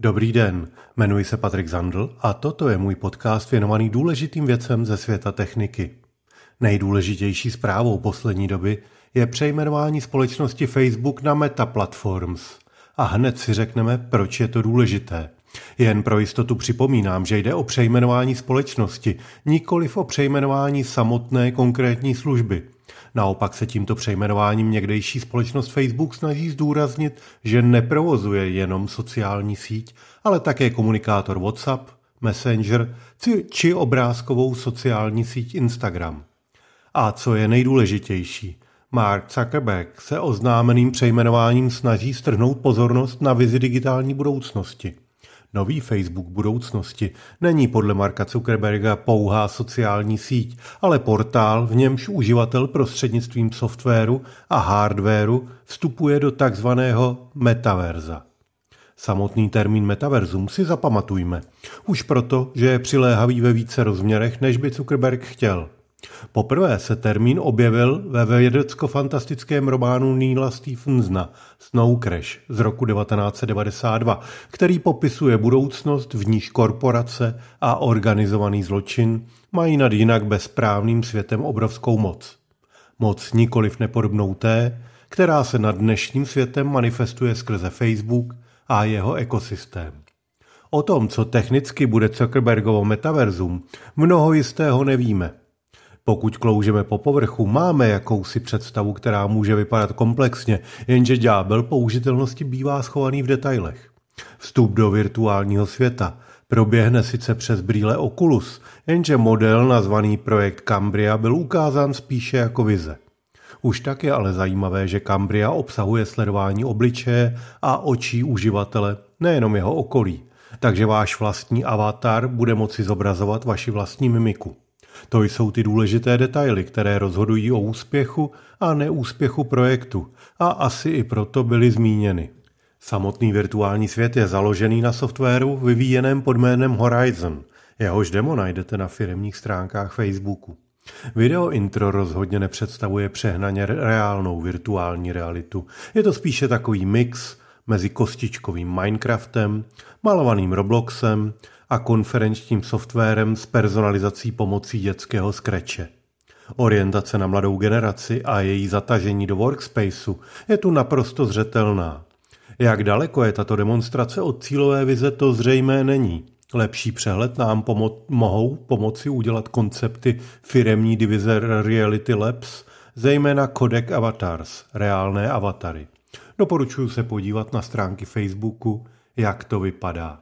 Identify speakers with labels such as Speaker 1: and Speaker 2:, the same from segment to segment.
Speaker 1: Dobrý den, jmenuji se Patrik Zandl a toto je můj podcast věnovaný důležitým věcem ze světa techniky. Nejdůležitější zprávou poslední doby je přejmenování společnosti Facebook na Meta Platforms. A hned si řekneme, proč je to důležité. Jen pro jistotu připomínám, že jde o přejmenování společnosti, nikoliv o přejmenování samotné konkrétní služby. Naopak se tímto přejmenováním někdejší společnost Facebook snaží zdůraznit, že neprovozuje jenom sociální síť, ale také komunikátor WhatsApp, Messenger či obrázkovou sociální síť Instagram. A co je nejdůležitější, Mark Zuckerberg se oznámeným přejmenováním snaží strhnout pozornost na vizi digitální budoucnosti. Nový Facebook budoucnosti není podle Marka Zuckerberga pouhá sociální síť, ale portál, v němž uživatel prostřednictvím softwaru a hardwaru vstupuje do takzvaného metaverza. Samotný termín metaverzum si zapamatujme, už proto, že je přiléhavý ve více rozměrech, než by Zuckerberg chtěl. Poprvé se termín objevil ve vědecko-fantastickém románu Neila Stephensona Snow Crash z roku 1992, který popisuje budoucnost, v níž korporace a organizovaný zločin mají nad jinak bezprávným světem obrovskou moc. Moc nikoliv nepodobnou té, která se nad dnešním světem manifestuje skrze Facebook a jeho ekosystém. O tom, co technicky bude Zuckerbergovo metaverzum, mnoho jistého nevíme. Pokud kloužeme po povrchu, máme jakousi představu, která může vypadat komplexně, jenže ďábel použitelnosti bývá schovaný v detailech. Vstup do virtuálního světa proběhne sice přes brýle Oculus, jenže model nazvaný projekt Cambria byl ukázán spíše jako vize. Už tak je ale zajímavé, že Cambria obsahuje sledování obličeje a očí uživatele, nejenom jeho okolí, takže váš vlastní avatar bude moci zobrazovat vaši vlastní mimiku. To jsou ty důležité detaily, které rozhodují o úspěchu a neúspěchu projektu a asi i proto byly zmíněny. Samotný virtuální svět je založený na softwaru vyvíjeném pod jménem Horizon. Jehož demo najdete na firemních stránkách Facebooku. Video intro rozhodně nepředstavuje přehnaně reálnou virtuální realitu. Je to spíše takový mix mezi kostičkovým Minecraftem, malovaným Robloxem a konferenčním softwarem s personalizací pomocí dětského Scratche. Orientace na mladou generaci a její zatažení do workspaceu je tu naprosto zřetelná. Jak daleko je tato demonstrace od cílové vize, to zřejmé není. Lepší přehled nám mohou pomoci udělat koncepty firemní divize Reality Labs, zejména Codec Avatars, reálné avatary. Doporučuji se podívat na stránky Facebooku, jak to vypadá.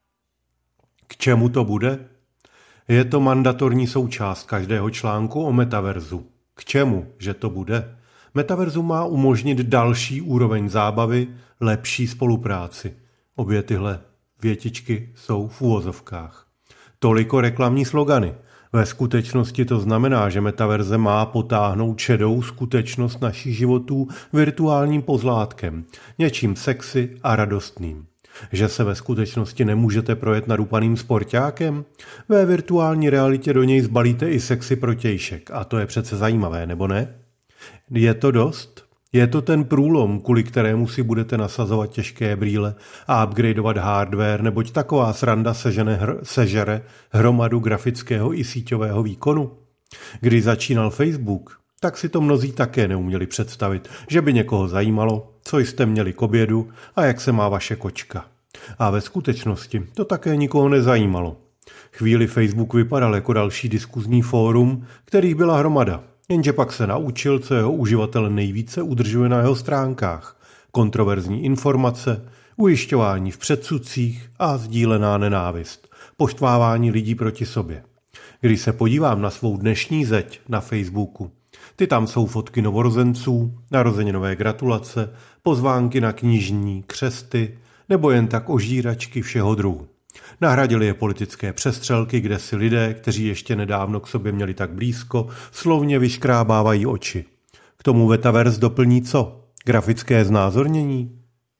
Speaker 1: K čemu to bude? Je to mandatorní součást každého článku o metaverzu. K čemu, že to bude? Metaverzu má umožnit další úroveň zábavy, lepší spolupráci. Obě tyhle větičky jsou v uvozovkách. Toliko reklamní slogany. Ve skutečnosti to znamená, že metaverze má potáhnout šedou skutečnost našich životů virtuálním pozlátkem, něčím sexy a radostným. Že se ve skutečnosti nemůžete projet nadupaným sportákem? Ve virtuální realitě do něj zbalíte i sexy protějšek a to je přece zajímavé, nebo ne? Je to dost? Je to ten průlom, kvůli kterému si budete nasazovat těžké brýle a upgradeovat hardware, neboť taková sranda sežere hromadu grafického i síťového výkonu? Když začínal Facebook, tak si to mnozí také neuměli představit, že by někoho zajímalo, co jste měli k obědu a jak se má vaše kočka. A ve skutečnosti to také nikoho nezajímalo. Chvíli Facebook vypadal jako další diskuzní fórum, kterých byla hromada, jenže pak se naučil, co jeho uživatel nejvíce udržuje na jeho stránkách. Kontroverzní informace, ujišťování v předsudcích a sdílená nenávist, poštvávání lidí proti sobě. Když se podívám na svou dnešní zeď na Facebooku, ty tam jsou fotky novorozenců, narozeninové gratulace, pozvánky na knižní, křesty nebo jen tak ožíračky všeho druhu. Nahradili je politické přestřelky, kde si lidé, kteří ještě nedávno k sobě měli tak blízko, slovně vyškrábávají oči. K tomu metaverse doplní co? Grafické znázornění?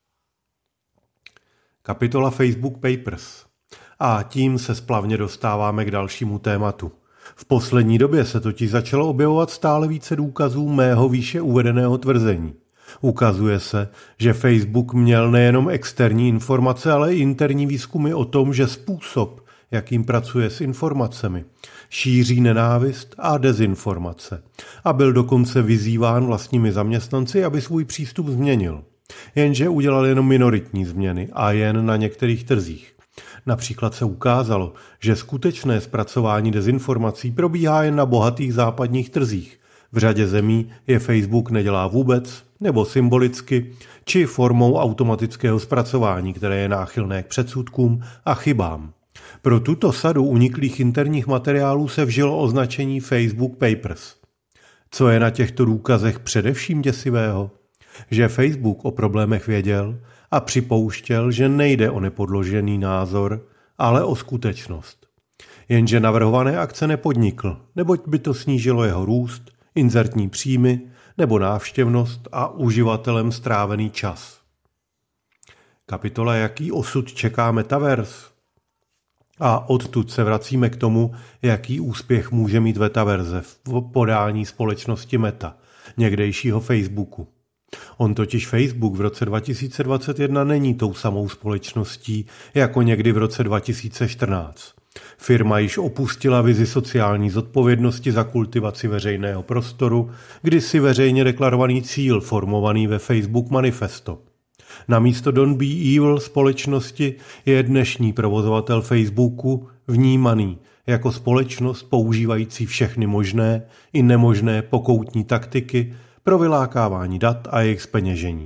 Speaker 1: Kapitola Facebook Papers. A tím se splavně dostáváme k dalšímu tématu. V poslední době se totiž začalo objevovat stále více důkazů mého výše uvedeného tvrzení. Ukazuje se, že Facebook měl nejenom externí informace, ale i interní výzkumy o tom, že způsob, jakým pracuje s informacemi, šíří nenávist a dezinformace. A byl dokonce vyzýván vlastními zaměstnanci, aby svůj přístup změnil. Jenže udělal jenom minoritní změny a jen na některých trzích. Například se ukázalo, že skutečné zpracování dezinformací probíhá jen na bohatých západních trzích. V řadě zemí je Facebook nedělá vůbec, nebo symbolicky, či formou automatického zpracování, které je náchylné k předsudkům a chybám. Pro tuto sadu uniklých interních materiálů se vžilo označení Facebook Papers. Co je na těchto důkazech především děsivého? Že Facebook o problémech věděl a připouštěl, že nejde o nepodložený názor, ale o skutečnost. Jenže navrhované akce nepodnikl, neboť by to snížilo jeho růst, inzertní příjmy nebo návštěvnost a uživatelem strávený čas. Kapitola Jaký osud čeká Metaverse? A odtud se vracíme k tomu, jaký úspěch může mít Metaverse v podání společnosti Meta, někdejšího Facebooku. On totiž Facebook v roce 2021 není tou samou společností jako někdy v roce 2014. Firma již opustila vizi sociální zodpovědnosti za kultivaci veřejného prostoru, kdysi veřejně deklarovaný cíl formovaný ve Facebook Manifesto. Namísto Don't Be Evil společnosti je dnešní provozovatel Facebooku vnímaný jako společnost používající všechny možné i nemožné pokoutní taktiky pro vylákávání dat a jejich zpeněžení.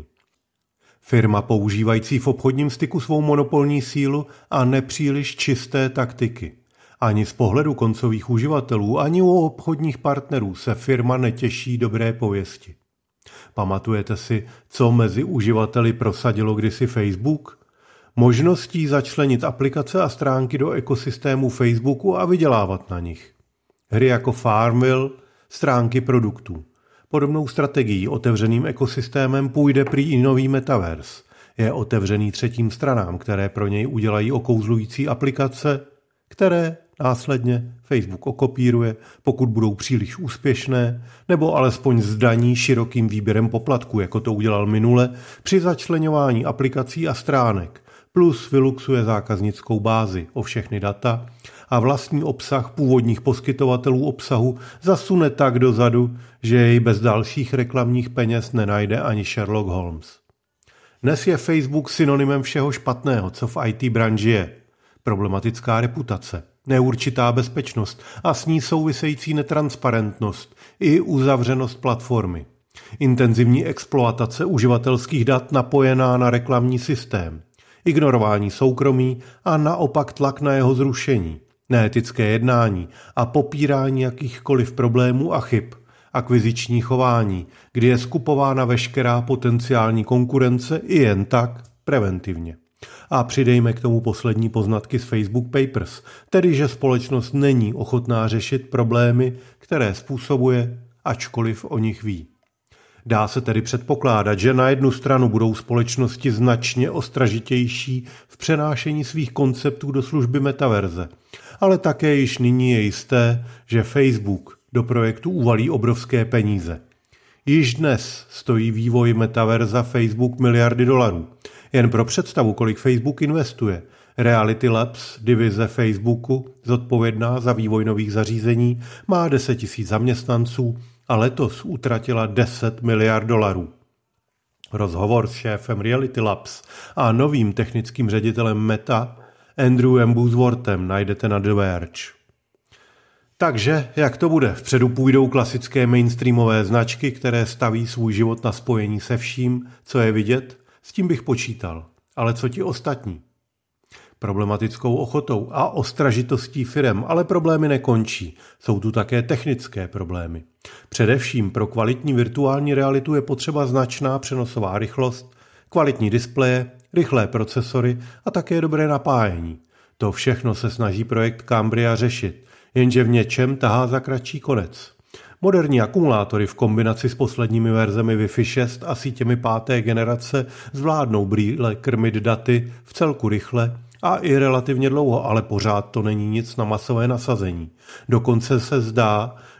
Speaker 1: Firma používající v obchodním styku svou monopolní sílu a nepříliš čisté taktiky. Ani z pohledu koncových uživatelů, ani u obchodních partnerů se firma netěší dobré pověsti. Pamatujete si, co mezi uživateli prosadilo kdysi Facebook? Možností začlenit aplikace a stránky do ekosystému Facebooku a vydělávat na nich. Hry jako Farmville, stránky produktů. Podobnou strategií otevřeným ekosystémem půjde prý i nový Metaverse. Je otevřený třetím stranám, které pro něj udělají okouzlující aplikace, které následně Facebook okopíruje, pokud budou příliš úspěšné, nebo alespoň zdaní širokým výběrem poplatků, jako to udělal minule při začleňování aplikací a stránek, plus vyluxuje zákaznickou bázi o všechny data a vlastní obsah původních poskytovatelů obsahu zasune tak dozadu, že jej bez dalších reklamních peněz nenajde ani Sherlock Holmes. Dnes je Facebook synonymem všeho špatného, co v IT branži je. Problematická reputace, neurčitá bezpečnost a s ní související netransparentnost i uzavřenost platformy. Intenzivní exploatace uživatelských dat napojená na reklamní systém. Ignorování soukromí a naopak tlak na jeho zrušení. Neetické jednání a popírání jakýchkoliv problémů a chyb. Akviziční chování, kdy je skupována veškerá potenciální konkurence i jen tak preventivně. A přidejme k tomu poslední poznatky z Facebook Papers, tedy že společnost není ochotná řešit problémy, které způsobuje, ačkoliv o nich ví. Dá se tedy předpokládat, že na jednu stranu budou společnosti značně ostražitější v přenášení svých konceptů do služby Metaverse, ale také již nyní je jisté, že Facebook do projektu uvalí obrovské peníze. Již dnes stojí vývoj Metaverza Facebook miliardy dolarů. Jen pro představu, kolik Facebook investuje. Reality Labs, divize Facebooku, zodpovědná za vývoj nových zařízení, má 10 000 zaměstnanců a letos utratila 10 miliard dolarů. Rozhovor s šéfem Reality Labs a novým technickým ředitelem Meta, Andrewem Boothworthem, najdete na The Verge. Takže, jak to bude? Vpředu půjdou klasické mainstreamové značky, které staví svůj život na spojení se vším, co je vidět? S tím bych počítal. Ale co ti ostatní? Problematickou ochotou a ostražitostí firem, ale problémy nekončí. Jsou tu také technické problémy. Především pro kvalitní virtuální realitu je potřeba značná přenosová rychlost, kvalitní displeje, rychlé procesory a také dobré napájení. To všechno se snaží projekt Cambria řešit, jenže v něčem tahá za kratší konec. Moderní akumulátory v kombinaci s posledními verzemi Wi-Fi 6 a sítěmi 5. generace zvládnou brýle krmit daty v celku rychle a i relativně dlouho, ale pořád to není nic na masové nasazení. Dokonce se zdá,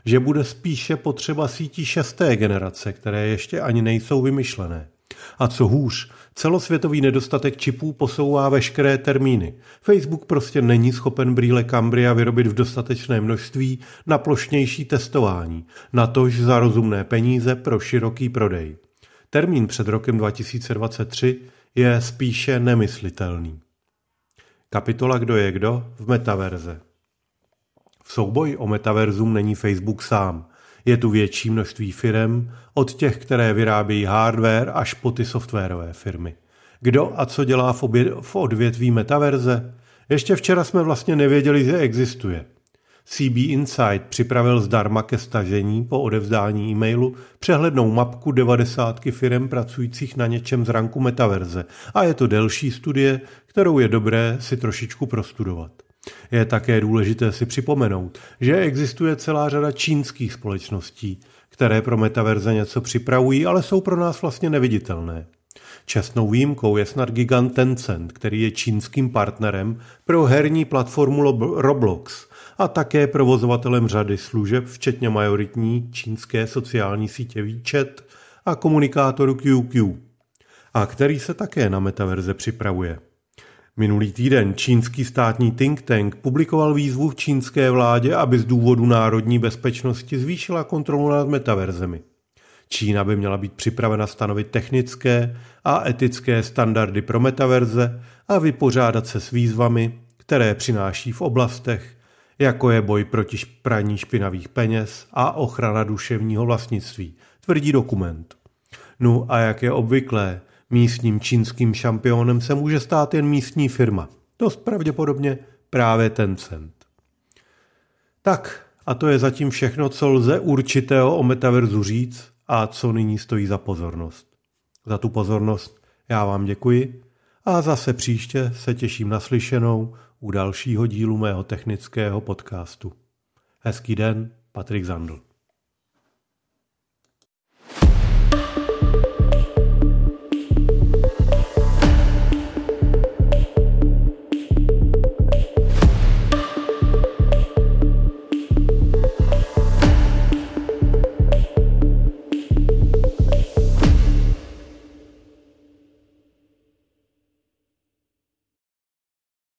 Speaker 1: že bude spíše potřeba sítí 6. generace, které ještě ani nejsou vymyšlené. A co hůř, celosvětový nedostatek čipů posouvá veškeré termíny. Facebook prostě není schopen brýle Cambria vyrobit v dostatečné množství na plošnější testování, natož za rozumné peníze pro široký prodej. Termín před rokem 2023 je spíše nemyslitelný. Kapitola Kdo je kdo v metaverze. V souboji o metaverzum není Facebook sám. Je tu větší množství firem, od těch, které vyrábějí hardware, až po ty softwarové firmy. Kdo a co dělá v odvětví metaverze? Ještě včera jsme vlastně nevěděli, že existuje. CB Insight připravil zdarma ke stažení po odevzdání e-mailu přehlednou mapku 90 firem pracujících na něčem z ranku metaverze a je to delší studie, kterou je dobré si trošičku prostudovat. Je také důležité si připomenout, že existuje celá řada čínských společností, které pro metaverze něco připravují, ale jsou pro nás vlastně neviditelné. Čestnou výjimkou je snad gigant Tencent, který je čínským partnerem pro herní platformu Roblox a také provozovatelem řady služeb, včetně majoritní čínské sociální sítě WeChat a komunikátoru QQ, a který se také na metaverze připravuje. Minulý týden čínský státní think tank publikoval výzvu v čínské vládě, aby z důvodu národní bezpečnosti zvýšila kontrolu nad metaverzemi. Čína by měla být připravena stanovit technické a etické standardy pro metaverze a vypořádat se s výzvami, které přináší v oblastech, jako je boj proti praní špinavých peněz a ochrana duševního vlastnictví, tvrdí dokument. No a jak je obvyklé, místním čínským šampionem se může stát jen místní firma. Dost pravděpodobně právě Tencent. Tak, a to je zatím všechno, co lze určitého o metaverzu říct a co nyní stojí za pozornost. Za tu pozornost já vám děkuji a zase příště se těším na slyšenou u dalšího dílu mého technického podcastu. Hezký den, Patrik Zandl.